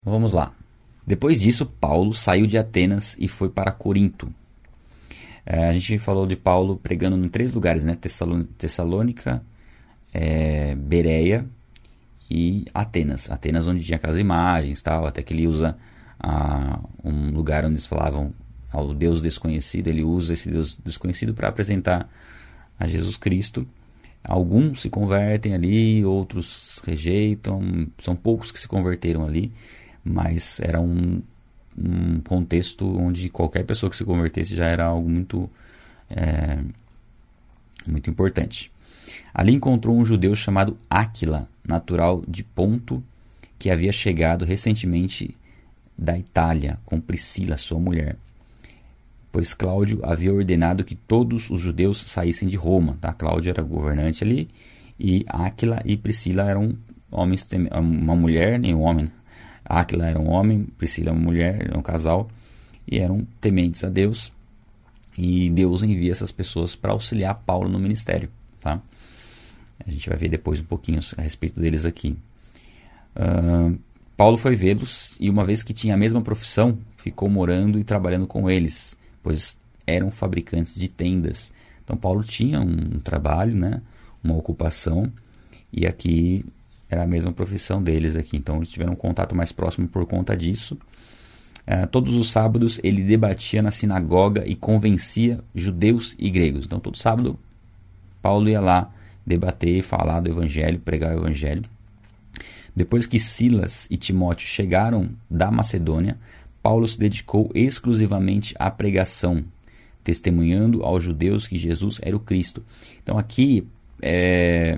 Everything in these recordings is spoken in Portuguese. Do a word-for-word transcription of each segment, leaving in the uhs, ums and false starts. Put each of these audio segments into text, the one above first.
Vamos lá. Depois disso, Paulo saiu de Atenas e foi para Corinto. É, a gente falou de Paulo pregando em três lugares, né? Tessalônica, é, Bereia e Atenas. Atenas, onde tinha aquelas imagens, tal, até que ele usa ah, um lugar onde eles falavam ao Deus desconhecido. Ele usa esse Deus desconhecido para apresentar a Jesus Cristo. Alguns se convertem ali, outros rejeitam. São poucos que se converteram ali, mas era um, um contexto onde qualquer pessoa que se convertesse já era algo muito, é, muito importante. Ali encontrou um judeu chamado Áquila, natural de Ponto, que havia chegado recentemente da Itália com Priscila, sua mulher, pois Cláudio havia ordenado que todos os judeus saíssem de Roma. Tá? Cláudio era governante ali, e Áquila e Priscila eram homens, uma mulher nem um homem. Áquila era um homem, Priscila uma mulher, era um casal, e eram tementes a Deus, e Deus envia essas pessoas para auxiliar Paulo no ministério. Tá? A gente vai ver depois um pouquinho a respeito deles aqui. Uh, Paulo foi vê-los, e uma vez que tinha a mesma profissão, ficou morando e trabalhando com eles, pois eram fabricantes de tendas. Então Paulo tinha um trabalho, né, uma ocupação, e aqui era a mesma profissão deles aqui. Então eles tiveram um contato mais próximo por conta disso. Uh, todos os sábados ele debatia na sinagoga e convencia judeus e gregos. Então todo sábado Paulo ia lá debater, falar do evangelho, pregar o evangelho. Depois que Silas e Timóteo chegaram da Macedônia, Paulo se dedicou exclusivamente à pregação, testemunhando aos judeus que Jesus era o Cristo. Então aqui, é,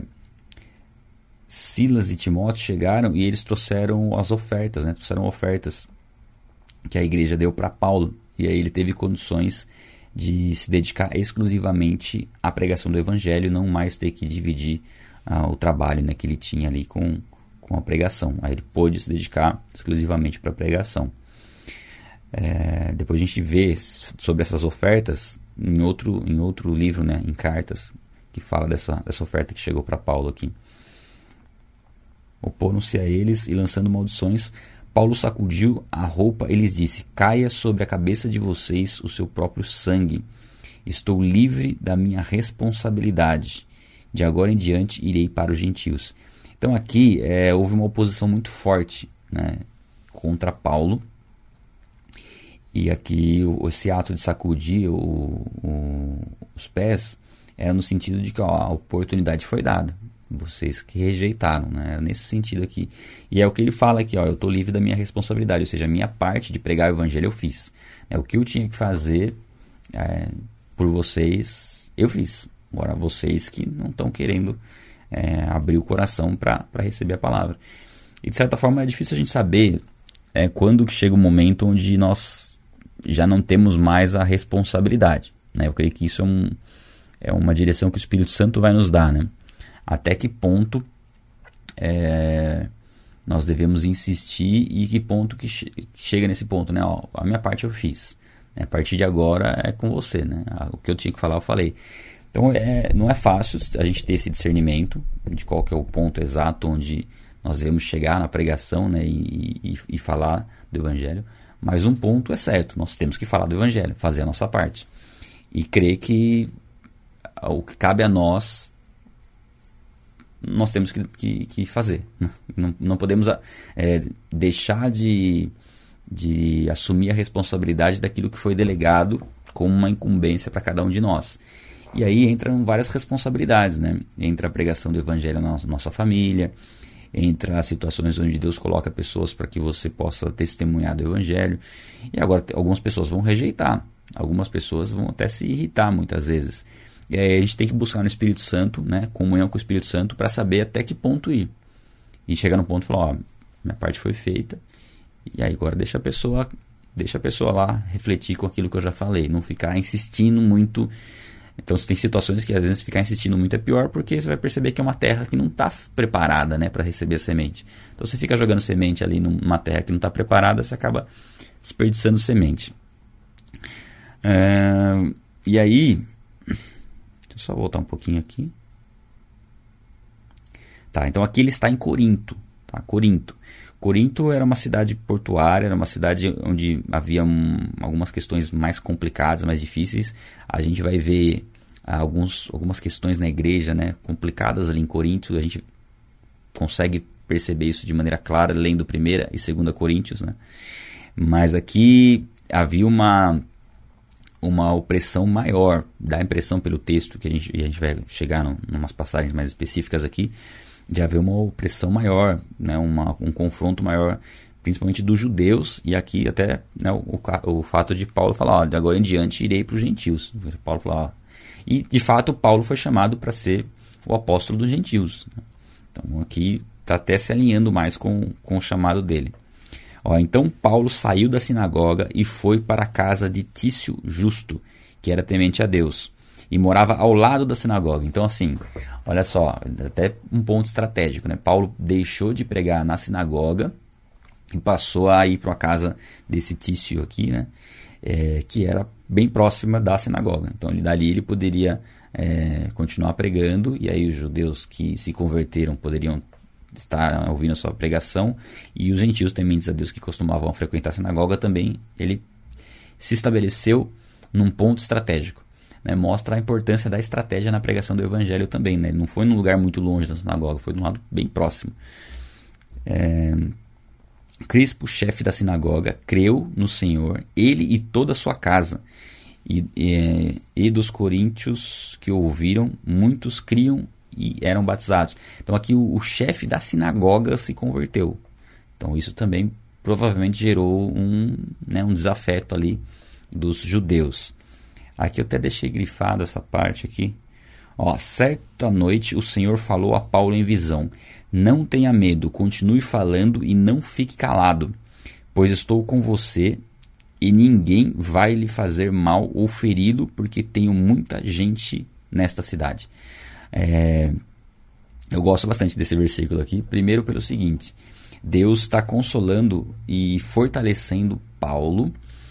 Silas e Timóteo chegaram e eles trouxeram as ofertas, né? trouxeram ofertas que a igreja deu para Paulo. E aí ele teve condições de se dedicar exclusivamente à pregação do evangelho, não mais ter que dividir ah, o trabalho, né, que ele tinha ali com, com a pregação. Aí ele pôde se dedicar exclusivamente para a pregação. É, depois a gente vê sobre essas ofertas em outro, em outro livro, né, em Cartas, que fala dessa, dessa oferta que chegou para Paulo aqui. Oporam-se a eles e lançando maldições, Paulo sacudiu a roupa e lhes disse: caia sobre a cabeça de vocês o seu próprio sangue. Estou livre da minha responsabilidade. De agora em diante irei para os gentios. Então aqui é, houve uma oposição muito forte, né, contra Paulo. E aqui esse ato de sacudir o, o, os pés era no sentido de que ó, a oportunidade foi dada. Vocês que rejeitaram, né? Nesse sentido aqui. E é o que ele fala aqui, ó, eu estou livre da minha responsabilidade, ou seja, a minha parte de pregar o evangelho eu fiz. É, o que eu tinha que fazer é, por vocês, eu fiz. Agora vocês que não estão querendo é, abrir o coração para receber a palavra. E de certa forma é difícil a gente saber é, quando que chega o momento onde nós já não temos mais a responsabilidade. Né? Eu creio que isso é, um, é uma direção que o Espírito Santo vai nos dar, né? Até que ponto é, nós devemos insistir e que ponto que che- chega nesse ponto, né? Ó, a minha parte eu fiz, né? A partir de agora é com você, né? O que eu tinha que falar eu falei. Então é, não é fácil a gente ter esse discernimento de qual que é o ponto exato onde nós devemos chegar na pregação, né? e, e, e falar do evangelho, mas um ponto é certo, nós temos que falar do evangelho, fazer a nossa parte e crer que o que cabe a nós nós temos que, que, que fazer. Não, não podemos é, deixar de, de assumir a responsabilidade daquilo que foi delegado como uma incumbência para cada um de nós. E aí entram várias responsabilidades, né? Entra a pregação do evangelho na nossa família, entra as situações onde Deus coloca pessoas para que você possa testemunhar do evangelho. E agora algumas pessoas vão rejeitar, algumas pessoas vão até se irritar muitas vezes. E aí a gente tem que buscar no Espírito Santo, né, comunhão com o Espírito Santo, para saber até que ponto ir. E chegar no ponto e falar, ó, minha parte foi feita, e aí agora deixa a pessoa, deixa a pessoa lá refletir com aquilo que eu já falei, não ficar insistindo muito. Então tem situações que às vezes ficar insistindo muito é pior, porque você vai perceber que é uma terra que não está preparada, né, para receber a semente. Então você fica jogando semente ali numa terra que não está preparada, você acaba desperdiçando semente. É, e aí... Deixa eu só voltar um pouquinho aqui. Tá, então aqui ele está em Corinto. Tá? Corinto. Corinto era uma cidade portuária, era uma cidade onde havia um, algumas questões mais complicadas, mais difíceis. A gente vai ver alguns, algumas questões na igreja, né, complicadas ali em Corinto. A gente consegue perceber isso de maneira clara lendo primeira e segunda Coríntios, né? Mas aqui havia uma, uma opressão maior, dá a impressão pelo texto, que a gente, a gente vai chegar em umas passagens mais específicas aqui, de haver uma opressão maior, né? uma, um confronto maior, principalmente dos judeus, e aqui até, né, o, o fato de Paulo falar, ó, de agora em diante irei para os gentios. Paulo falar, ó, e de fato Paulo foi chamado para ser o apóstolo dos gentios, né? Então aqui está até se alinhando mais com, com o chamado dele. Ó, então Paulo saiu da sinagoga e foi para a casa de Tício Justo, que era temente a Deus, e morava ao lado da sinagoga. Então assim, olha só, até um ponto estratégico, né? Paulo deixou de pregar na sinagoga e passou a ir para a casa desse Tício aqui, né? É, que era bem próxima da sinagoga. Então ele, dali ele poderia é, continuar pregando, e aí os judeus que se converteram poderiam estar ouvindo a sua pregação, e os gentios tementes a Deus que costumavam frequentar a sinagoga também. Ele se estabeleceu num ponto estratégico, né? Mostra a importância da estratégia na pregação do evangelho também, né? Ele não foi num lugar muito longe da sinagoga, foi num lado bem próximo. É... Crispo, chefe da sinagoga, creu no Senhor, ele e toda a sua casa, e, e, e dos coríntios que ouviram, muitos criam e eram batizados. Então aqui o, o chefe da sinagoga se converteu. Então isso também provavelmente gerou um, né, um desafeto ali dos judeus. Aqui eu até deixei grifado essa parte aqui. Ó, certa noite o Senhor falou a Paulo em visão: não tenha medo, continue falando e não fique calado, pois estou com você e ninguém vai lhe fazer mal ou feri-lo, porque tenho muita gente nesta cidade. É, eu gosto bastante desse versículo aqui, primeiro pelo seguinte: Deus está consolando e fortalecendo Paulo,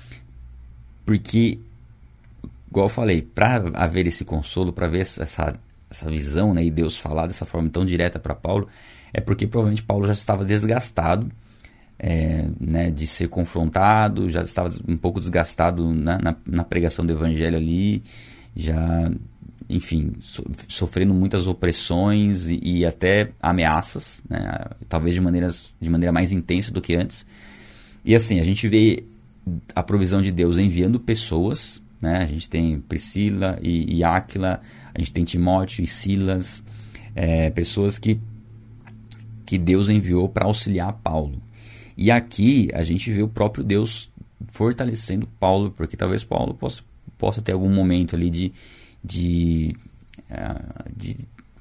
porque, igual eu falei, para haver esse consolo, para ver essa, essa visão, né, e Deus falar dessa forma tão direta para Paulo, é porque provavelmente Paulo já estava desgastado, é, né, de ser confrontado, já estava um pouco desgastado na, na, na pregação do evangelho ali, já, enfim, so, sofrendo muitas opressões e, e até ameaças, né, talvez de, maneiras, de maneira mais intensa do que antes. E assim, a gente vê a provisão de Deus enviando pessoas, né? A gente tem Priscila e, e Áquila, a gente tem Timóteo e Silas, é, pessoas que, que Deus enviou para auxiliar Paulo. E aqui a gente vê o próprio Deus fortalecendo Paulo, porque talvez Paulo possa, possa ter algum momento ali de, de, de,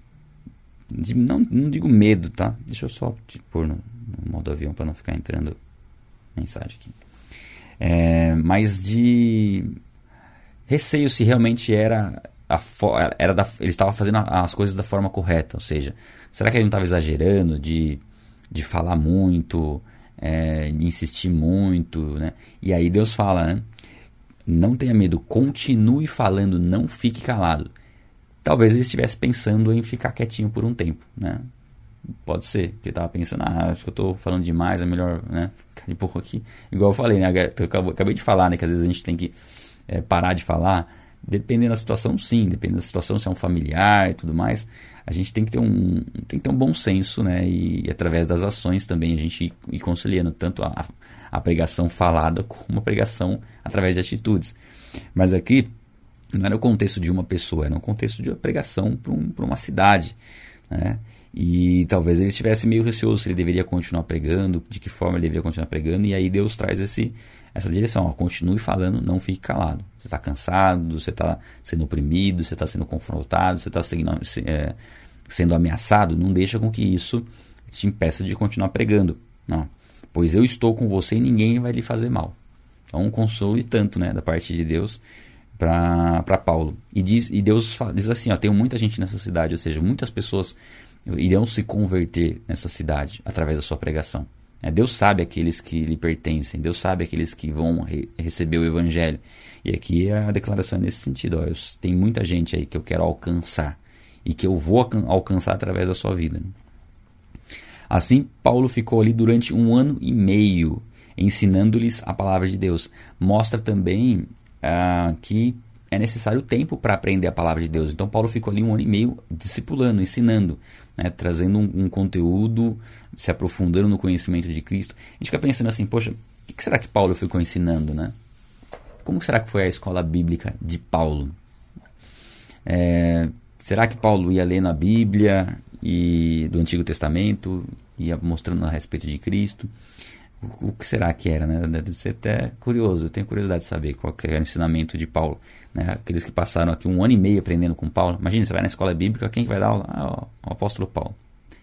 de não, não digo medo, tá? Deixa eu só te pôr no, no modo avião para não ficar entrando mensagem aqui. É, mas de receio se realmente era, a fo- era da, ele estava fazendo as coisas da forma correta, ou seja, será que ele não estava exagerando de, de falar muito, é, de insistir muito, né? E aí Deus fala, né? Não tenha medo, continue falando, não fique calado. Talvez ele estivesse pensando em ficar quietinho por um tempo, né? Pode ser, que ele estava pensando, ah, acho que eu estou falando demais, é melhor, né, ficar de pouco aqui. Igual eu falei, né, eu acabei de falar, né, que às vezes a gente tem que é, parar de falar, dependendo da situação, sim, dependendo da situação, se é um familiar e tudo mais, a gente tem que ter um, tem que ter um bom senso, né, e, e através das ações também a gente ir, ir conciliando tanto a, a pregação falada como a pregação através de atitudes. Mas aqui não era o contexto de uma pessoa, era um contexto de uma pregação para um, para uma cidade, né? E talvez ele estivesse meio receoso se ele deveria continuar pregando, de que forma ele deveria continuar pregando, e aí Deus traz esse, essa direção, ó, continue falando, não fique calado. Você está cansado, você está sendo oprimido, você está sendo confrontado, você está é, sendo ameaçado, não deixa com que isso te impeça de continuar pregando. Não. Pois eu estou com você e ninguém vai lhe fazer mal. Então um consolo e tanto, né, da parte de Deus para Paulo. E, diz, e Deus fala, diz assim, ó, tem muita gente nessa cidade, ou seja, muitas pessoas irão se converter nessa cidade através da sua pregação. Deus sabe aqueles que lhe pertencem, Deus sabe aqueles que vão re- receber o evangelho. E aqui a declaração é nesse sentido, ó, eu, tem muita gente aí que eu quero alcançar e que eu vou alcançar através da sua vida, né? Assim, Paulo ficou ali durante um ano e meio, ensinando-lhes a palavra de Deus. Mostra também ah, que é necessário tempo para aprender a palavra de Deus. Então, Paulo ficou ali um ano e meio discipulando, ensinando, né, trazendo um, um conteúdo, se aprofundando no conhecimento de Cristo. A gente fica pensando assim, poxa, o que, que será que Paulo ficou ensinando, né? Como será que foi a escola bíblica de Paulo? É, será que Paulo ia ler na Bíblia e do Antigo Testamento, ia mostrando a respeito de Cristo? O, o que será que era, né? Deve ser até curioso, eu tenho curiosidade de saber qual que era o ensinamento de Paulo, né? Aqueles que passaram aqui um ano e meio aprendendo com Paulo. Imagina, você vai na escola bíblica, quem que vai dar aula? Ah, o apóstolo Paulo.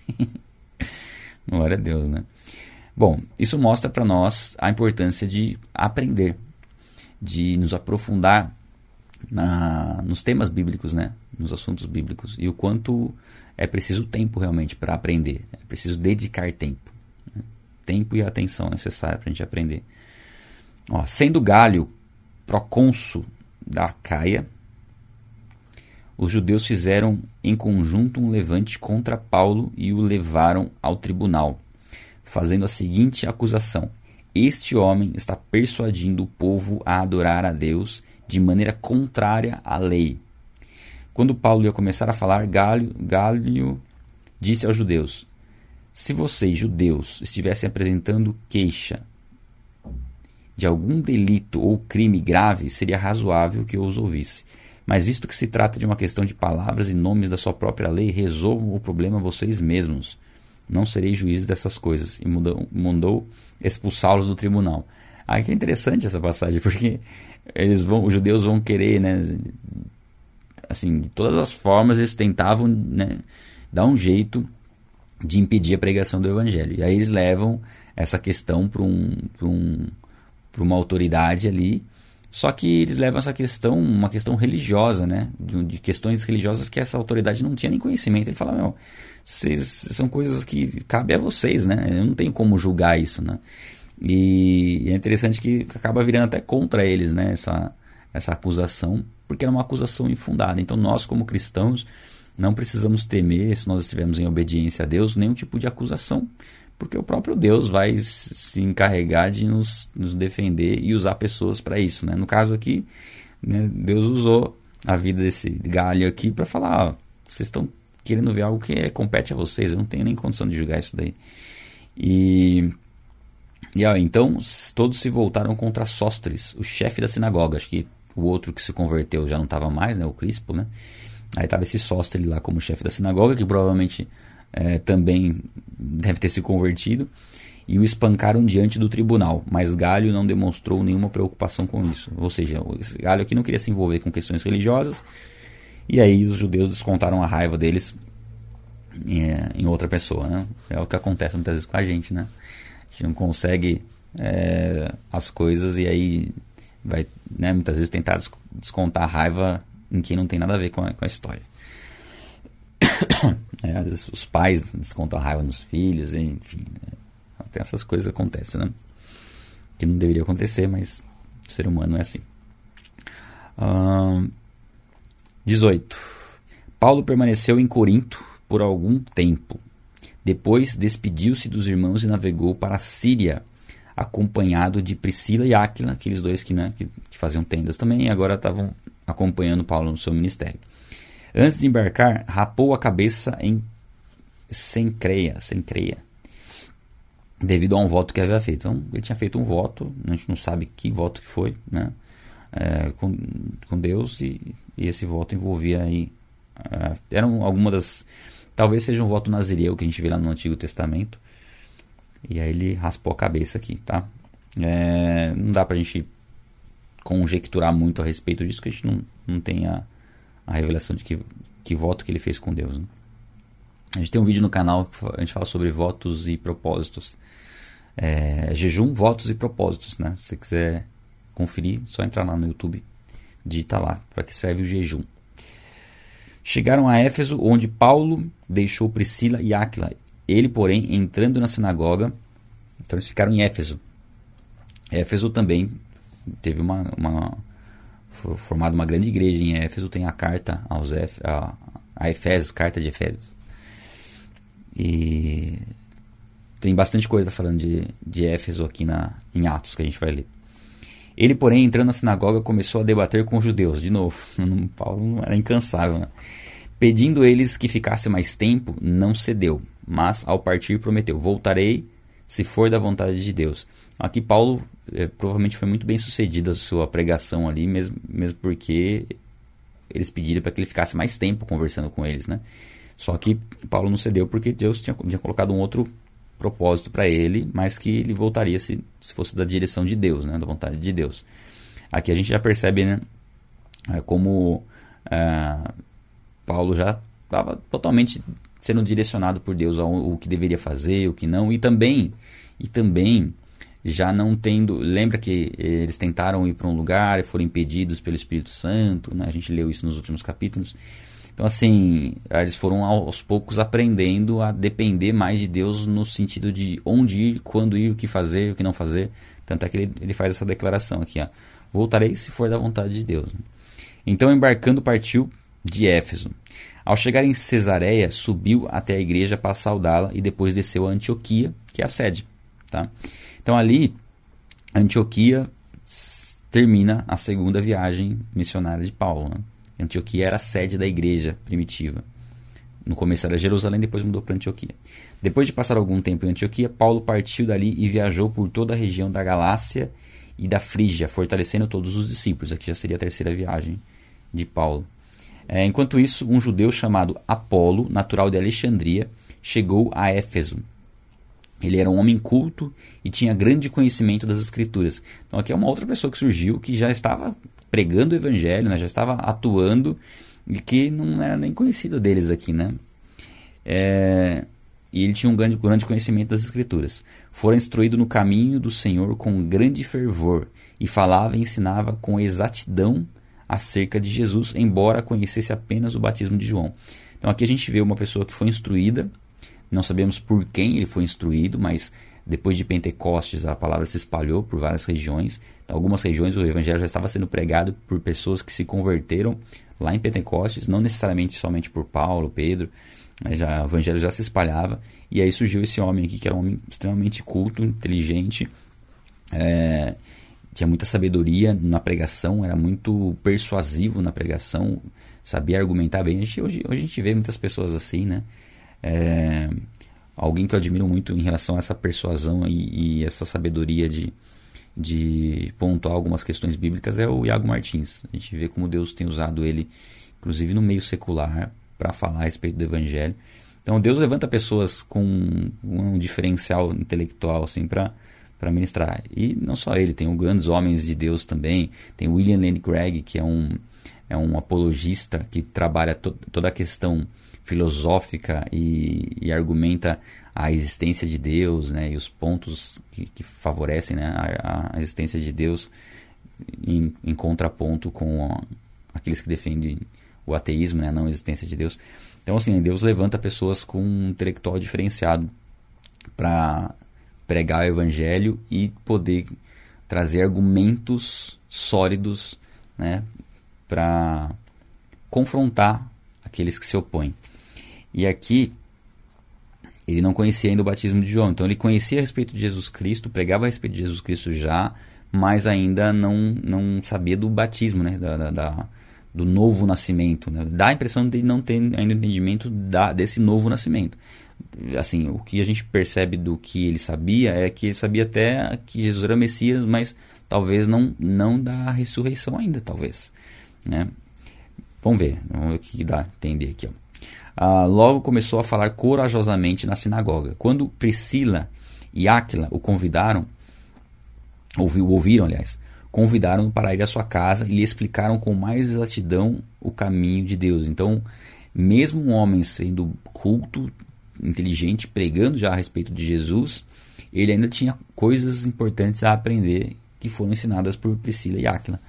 Glória a Deus, né? Bom, isso mostra para nós a importância de aprender, de nos aprofundar na, nos temas bíblicos, né? Nos assuntos bíblicos, e o quanto é preciso tempo realmente para aprender, é preciso dedicar tempo, né? Tempo e atenção necessária para a gente aprender. Ó, sendo Gálio procônsul da Acaia, os judeus fizeram em conjunto um levante contra Paulo e o levaram ao tribunal, fazendo a seguinte acusação: este homem está persuadindo o povo a adorar a Deus de maneira contrária à lei. Quando Paulo ia começar a falar, Gálio, Gálio disse aos judeus: se vocês, judeus, estivessem apresentando queixa de algum delito ou crime grave, seria razoável que eu os ouvisse. Mas visto que se trata de uma questão de palavras e nomes da sua própria lei, resolvam o problema vocês mesmos. Não serei juiz dessas coisas. E mandou, mandou expulsá-los do tribunal. Aqui é interessante essa passagem, porque eles vão, os judeus vão querer, né, assim, de todas as formas eles tentavam, né, dar um jeito de impedir a pregação do evangelho. E aí eles levam essa questão para um, para um, para uma autoridade ali. Só que eles levam essa questão, uma questão religiosa, né, de, de questões religiosas que essa autoridade não tinha nem conhecimento. Ele fala: meu, vocês, são coisas que cabem a vocês, né? Eu não tenho como julgar isso, né? E é interessante que acaba virando até contra eles, né, essa, essa acusação, porque era uma acusação infundada. Então nós, como cristãos, não precisamos temer, se nós estivermos em obediência a Deus, nenhum tipo de acusação, porque o próprio Deus vai se encarregar de nos, nos defender e usar pessoas para isso, né? No caso aqui, né, Deus usou a vida desse Gálio aqui para falar: ó, vocês estão querendo ver algo que é, compete a vocês, eu não tenho nem condição de julgar isso daí. E... E ó, então todos se voltaram contra Sóstenes, o chefe da sinagoga. Acho que o outro que se converteu já não estava mais, né, o Crispo, né? Aí estava esse Sóstenes lá como chefe da sinagoga, que provavelmente é, também deve ter se convertido, e o espancaram diante do tribunal. Mas Gálio não demonstrou nenhuma preocupação com isso. Ou seja, o Gálio aqui não queria se envolver com questões religiosas, e aí os judeus descontaram a raiva deles é, em outra pessoa, né? É o que acontece muitas vezes com a gente, né? A gente não consegue é, as coisas e aí vai, né, muitas vezes tentar descontar a raiva em quem não tem nada a ver com a, com a história. É, às vezes os pais descontam a raiva nos filhos, enfim, é, tem essas coisas que acontecem, né? Que não deveria acontecer, mas o ser humano é assim. Hum, dezoito. Paulo permaneceu em Corinto por algum tempo. Depois despediu-se dos irmãos e navegou para a Síria, acompanhado de Priscila e Áquila, aqueles dois que, né, que, que faziam tendas também, e agora estavam acompanhando Paulo no seu ministério. Antes de embarcar, rapou a cabeça em Cencreia, Cencreia, devido a um voto que havia feito. Então, ele tinha feito um voto, a gente não sabe que voto que foi, né, é, com, com Deus, e, e esse voto envolvia aí, é, eram algumas das... Talvez seja um voto nazireu que a gente vê lá no Antigo Testamento. E aí ele raspou a cabeça aqui, tá? É, não dá pra gente conjecturar muito a respeito disso, porque a gente não, não tem a, a revelação de que, que voto que ele fez com Deus, né? A gente tem um vídeo no canal que a gente fala sobre votos e propósitos. É, jejum, votos e propósitos, né? Se você quiser conferir, só entrar lá no YouTube, digita lá para que serve o jejum. Chegaram a Éfeso, onde Paulo deixou Priscila e Áquila. Ele, porém, entrando na sinagoga, então eles ficaram em Éfeso. Éfeso também teve uma, uma foi formada uma grande igreja em Éfeso, tem a carta aos Éf, a, a Efésios, carta de Efésios. E tem bastante coisa falando de, de Éfeso aqui na, em Atos, que a gente vai ler. Ele, porém, entrando na sinagoga, começou a debater com os judeus. De novo, Paulo não era incansável, né? Pedindo eles que ficasse mais tempo, não cedeu, mas ao partir prometeu: voltarei se for da vontade de Deus. Aqui Paulo é, provavelmente foi muito bem sucedido a sua pregação ali, mesmo, mesmo porque eles pediram para que ele ficasse mais tempo conversando com eles, né? Só que Paulo não cedeu porque Deus tinha, tinha colocado um outro propósito para ele, mas que ele voltaria se, se fosse da direção de Deus, né? Da vontade de Deus. Aqui a gente já percebe, né, como uh, Paulo já estava totalmente sendo direcionado por Deus ao, ao que deveria fazer, o que não, e também, e também já não tendo, lembra que eles tentaram ir para um lugar e foram impedidos pelo Espírito Santo, né? A gente leu isso nos últimos capítulos. Então, assim, eles foram aos poucos aprendendo a depender mais de Deus no sentido de onde ir, quando ir, o que fazer, o que não fazer. Tanto é que ele, ele faz essa declaração aqui, ó: voltarei se for da vontade de Deus. Então, embarcando, partiu de Éfeso. Ao chegar em Cesareia, subiu até a igreja para saudá-la e depois desceu a Antioquia, que é a sede. Tá? Então, ali, Antioquia termina a segunda viagem missionária de Paulo, né? Antioquia era a sede da igreja primitiva. No começo era Jerusalém, depois mudou para Antioquia. Depois de passar algum tempo em Antioquia, Paulo partiu dali e viajou por toda a região da Galácia e da Frígia, fortalecendo todos os discípulos. Aqui já seria a terceira viagem de Paulo. É, enquanto isso, um judeu chamado Apolo, natural de Alexandria, chegou a Éfeso. Ele era um homem culto e tinha grande conhecimento das Escrituras. Então aqui é uma outra pessoa que surgiu, que já estava pregando o evangelho, né? Já estava atuando, e que não era nem conhecido deles aqui, né? É, e ele tinha um grande, grande conhecimento das Escrituras. Fora instruído no caminho do Senhor com grande fervor, e falava e ensinava com exatidão acerca de Jesus, embora conhecesse apenas o batismo de João. Então aqui a gente vê uma pessoa que foi instruída, não sabemos por quem ele foi instruído, mas depois de Pentecostes a palavra se espalhou por várias regiões. Então, algumas regiões o evangelho já estava sendo pregado por pessoas que se converteram lá em Pentecostes, não necessariamente somente por Paulo, Pedro, mas já, o evangelho já se espalhava. E aí surgiu esse homem aqui, que era um homem extremamente culto, inteligente, é, tinha muita sabedoria na pregação, era muito persuasivo na pregação, sabia argumentar bem. A gente, hoje, hoje a gente vê muitas pessoas assim, né? É, alguém que eu admiro muito em relação a essa persuasão e, e essa sabedoria de, de pontuar algumas questões bíblicas é o Iago Martins. A gente vê como Deus tem usado ele, inclusive no meio secular, para falar a respeito do evangelho. Então Deus levanta pessoas com um diferencial intelectual assim, para para ministrar. E não só ele, tem grandes homens de Deus também. Tem William Lane Craig, que é um, é um apologista que trabalha to, toda a questão filosófica e, e argumenta a existência de Deus, né, e os pontos que, que favorecem, né, a, a existência de Deus em, em contraponto com a, aqueles que defendem o ateísmo, né, a não existência de Deus. Então, assim, Deus levanta pessoas com um intelectual diferenciado para pregar o evangelho e poder trazer argumentos sólidos, né, para confrontar aqueles que se opõem. E aqui, ele não conhecia ainda o batismo de João. Então, ele conhecia a respeito de Jesus Cristo, pregava a respeito de Jesus Cristo já, mas ainda não, não sabia do batismo, né? da, da, da, do novo nascimento. Né? Dá a impressão de não ter ainda entendimento da, desse novo nascimento. Assim, o que a gente percebe do que ele sabia é que ele sabia até que Jesus era Messias, mas talvez não, não da ressurreição ainda, talvez. Né? Vamos ver, vamos ver o que dá a entender aqui, ó. Ah, logo começou a falar corajosamente na sinagoga. Quando Priscila e Áquila o convidaram, ouviu, ouviram, aliás, convidaram-no para ir à sua casa e lhe explicaram com mais exatidão o caminho de Deus. Então, mesmo um homem sendo culto, inteligente, pregando já a respeito de Jesus, ele ainda tinha coisas importantes a aprender que foram ensinadas por Priscila e Áquila.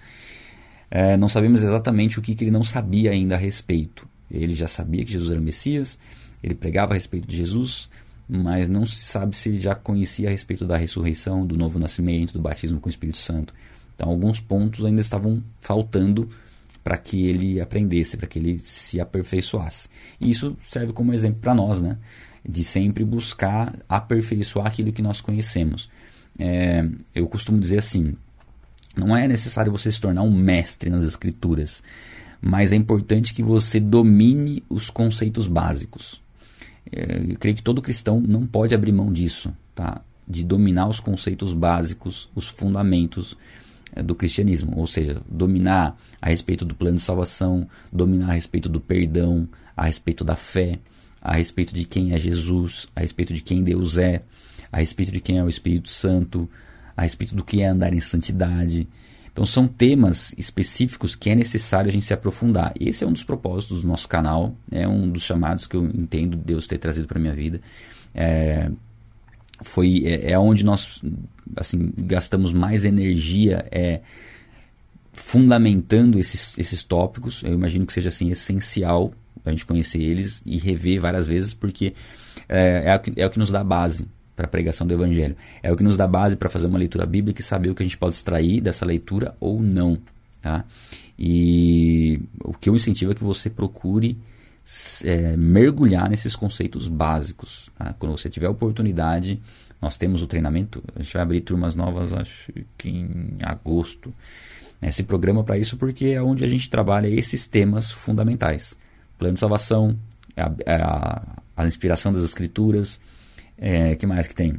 É, não sabemos exatamente o que, que ele não sabia ainda a respeito. Ele já sabia que Jesus era o Messias, ele pregava a respeito de Jesus, mas não se sabe se ele já conhecia a respeito da ressurreição, do novo nascimento, do batismo com o Espírito Santo. Então, alguns pontos ainda estavam faltando para que ele aprendesse, para que ele se aperfeiçoasse. E isso serve como exemplo para nós, né? de sempre buscar aperfeiçoar aquilo que nós conhecemos. É, eu costumo dizer assim, não é necessário você se tornar um mestre nas escrituras, mas é importante que você domine os conceitos básicos. Eu creio que todo cristão não pode abrir mão disso, tá? De dominar os conceitos básicos, os fundamentos é, do cristianismo, ou seja, dominar a respeito do plano de salvação, dominar a respeito do perdão, a respeito da fé, a respeito de quem é Jesus, a respeito de quem Deus é, a respeito de quem é o Espírito Santo, a respeito do que é andar em santidade. Então são temas específicos que é necessário a gente se aprofundar. Esse é um dos propósitos do nosso canal, é um dos chamados que eu entendo Deus ter trazido para a minha vida. É, foi, é, é onde nós assim, gastamos mais energia é, fundamentando esses, esses tópicos. Eu imagino que seja assim, essencial a gente conhecer eles e rever várias vezes, porque é, é, o, que, é o que nos dá base para a pregação do Evangelho. É o que nos dá base para fazer uma leitura bíblica e saber o que a gente pode extrair dessa leitura ou não. Tá? E o que eu incentivo é que você procure é, mergulhar nesses conceitos básicos. Tá? Quando você tiver a oportunidade, nós temos o treinamento, a gente vai abrir turmas novas, acho que em agosto. Né? Se programa para isso porque é onde a gente trabalha esses temas fundamentais. Plano de salvação, a, a, a inspiração das escrituras, é, que mais que tem?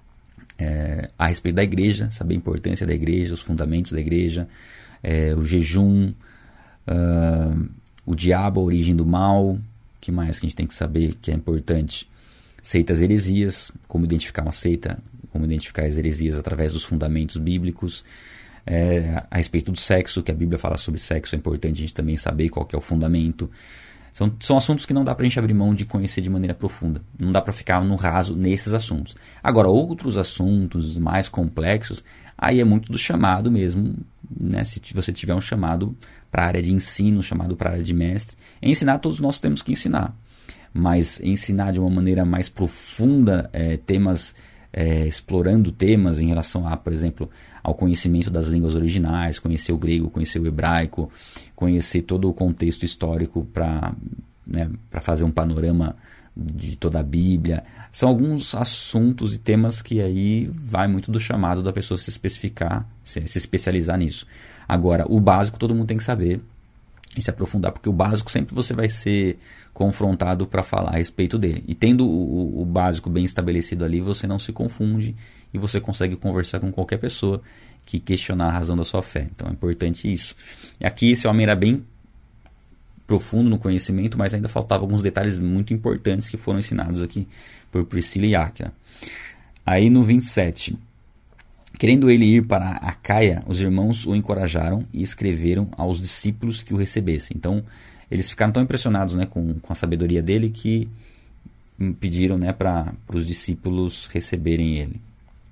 É, a respeito da igreja, saber a importância da igreja, os fundamentos da igreja, é, o jejum, uh, o diabo, a origem do mal, que mais que a gente tem que saber que é importante? Seitas, heresias, como identificar uma seita, como identificar as heresias através dos fundamentos bíblicos, é, a respeito do sexo, que a Bíblia fala sobre sexo, é importante a gente também saber qual que é o fundamento. São, são assuntos que não dá pra gente abrir mão de conhecer de maneira profunda. Não dá pra ficar no raso nesses assuntos. Agora, outros assuntos mais complexos, aí é muito do chamado mesmo, né? Se você tiver um chamado para a área de ensino, um chamado para a área de mestre. Ensinar, todos nós temos que ensinar. Mas ensinar de uma maneira mais profunda, é, temas, é, explorando temas em relação a, por exemplo, ao conhecimento das línguas originais, conhecer o grego, conhecer o hebraico, conhecer todo o contexto histórico para, né, para fazer um panorama de toda a Bíblia. São alguns assuntos e temas que aí vai muito do chamado da pessoa se especificar, se, se especializar nisso. Agora, o básico todo mundo tem que saber e se aprofundar, porque o básico sempre você vai ser confrontado para falar a respeito dele. E tendo o, o básico bem estabelecido ali, você não se confunde e você consegue conversar com qualquer pessoa que questionar a razão da sua fé. Então é importante isso. E aqui esse homem era bem profundo no conhecimento, mas ainda faltavam alguns detalhes muito importantes que foram ensinados aqui por Priscila e Áquila. Aí no vinte e sete, querendo ele ir para Acaia, os irmãos o encorajaram e escreveram aos discípulos que o recebessem. Então eles ficaram tão impressionados, né, com, com a sabedoria dele que pediram, né, para os discípulos receberem ele.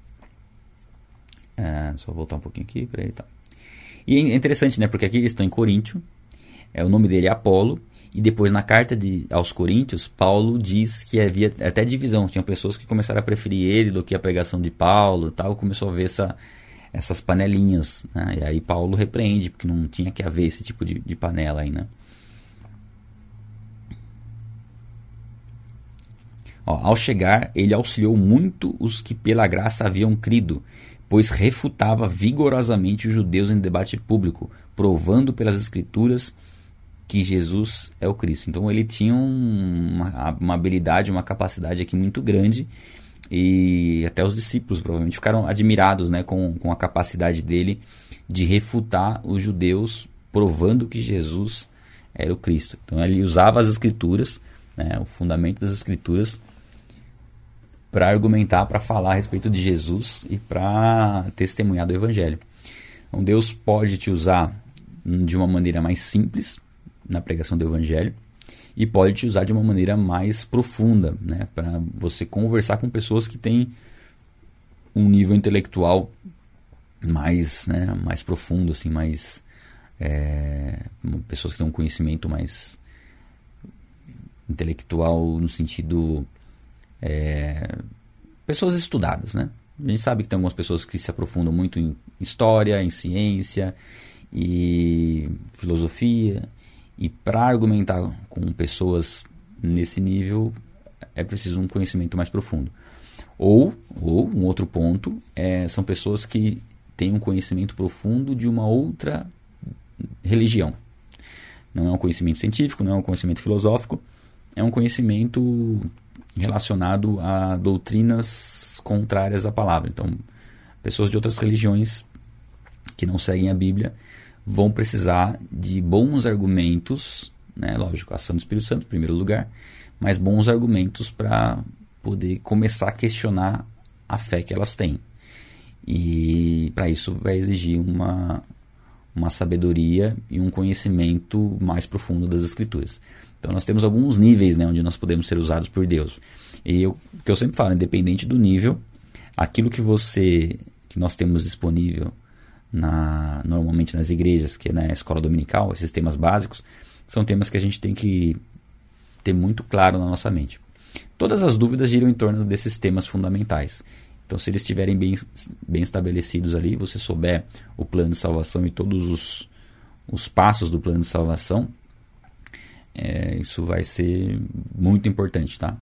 É, só voltar um pouquinho aqui, peraí, tá. E é interessante, né, porque aqui eles estão em Coríntio, é, o nome dele é Apolo, e depois na carta de, aos Coríntios, Paulo diz que havia até divisão, tinha pessoas que começaram a preferir ele do que a pregação de Paulo, tal, começou a ver essa, essas panelinhas, né, e aí Paulo repreende, porque não tinha que haver esse tipo de, de panela aí, né. Ó, ao chegar, ele auxiliou muito os que pela graça haviam crido, pois refutava vigorosamente os judeus em debate público, provando pelas escrituras que Jesus é o Cristo. Então ele tinha uma, uma habilidade, uma capacidade aqui muito grande, e até os discípulos provavelmente ficaram admirados, né, com, com a capacidade dele de refutar os judeus, provando que Jesus era o Cristo. Então ele usava as escrituras, né, o fundamento das escrituras, para argumentar, para falar a respeito de Jesus e para testemunhar do Evangelho. Então Deus pode te usar de uma maneira mais simples na pregação do Evangelho e pode te usar de uma maneira mais profunda, né, para você conversar com pessoas que têm um nível intelectual mais, né, mais profundo, assim, mais é, pessoas que têm um conhecimento mais intelectual no sentido É, pessoas estudadas, né? A gente sabe que tem algumas pessoas que se aprofundam muito em história, em ciência e filosofia, e para argumentar com pessoas nesse nível é preciso um conhecimento mais profundo. Ou, ou um outro ponto, é, são pessoas que têm um conhecimento profundo de uma outra religião. Não é um conhecimento científico, não é um conhecimento filosófico, é um conhecimento relacionado a doutrinas contrárias à palavra. Então, pessoas de outras religiões que não seguem a Bíblia vão precisar de bons argumentos, né? Lógico, a ação do Espírito Santo em primeiro lugar, mas bons argumentos para poder começar a questionar a fé que elas têm. E para isso vai exigir uma, uma sabedoria e um conhecimento mais profundo das Escrituras. Então nós temos alguns níveis, né, onde nós podemos ser usados por Deus. E o que eu sempre falo, independente do nível, aquilo que você, que nós temos disponível na, normalmente nas igrejas, que é na escola dominical, esses temas básicos, são temas que a gente tem que ter muito claro na nossa mente. Todas as dúvidas giram em torno desses temas fundamentais. Então, se eles estiverem bem, bem estabelecidos ali, você souber o plano de salvação e todos os, os passos do plano de salvação, é, isso vai ser muito importante, tá?